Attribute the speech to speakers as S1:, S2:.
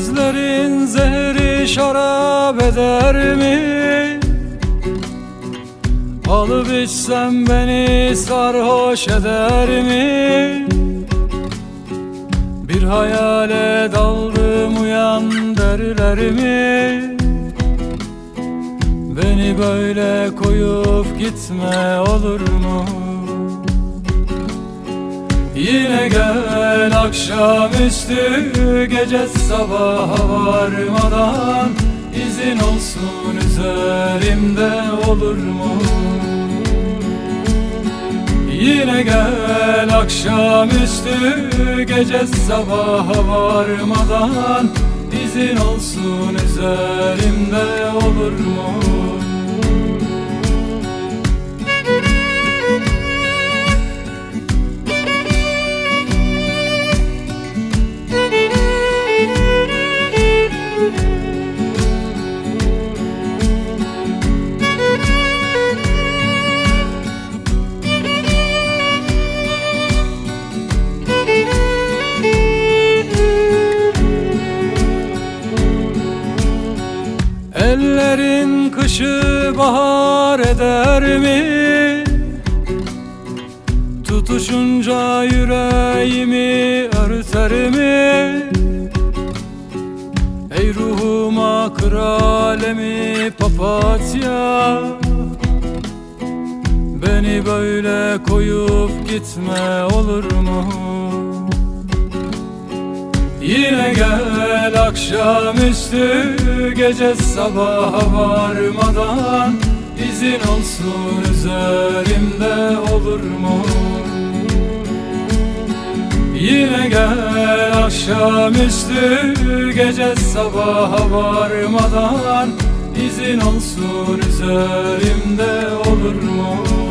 S1: Sözlerin zehri şarap eder mi? Alıp içsem beni sarhoş eder mi? Bir hayale daldım uyan derler mi? Beni böyle koyup gitme olur mu? Yine gel akşamüstü, gece sabaha varmadan izin olsun üzerimde olur mu? Yine gel akşamüstü, gece sabaha varmadan izin olsun üzerimde olur mu? Ellerin kışı bahar eder mi? Tutuşunca yüreğimi örter mi? Ey ruhuma kır alemi papatya, beni böyle koyup gitme olur mu? Yine gel akşamüstü, gece sabaha varmadan izin olsun üzerimde olur mu? Yine gel akşamüstü, gece sabaha varmadan izin olsun üzerimde olur mu?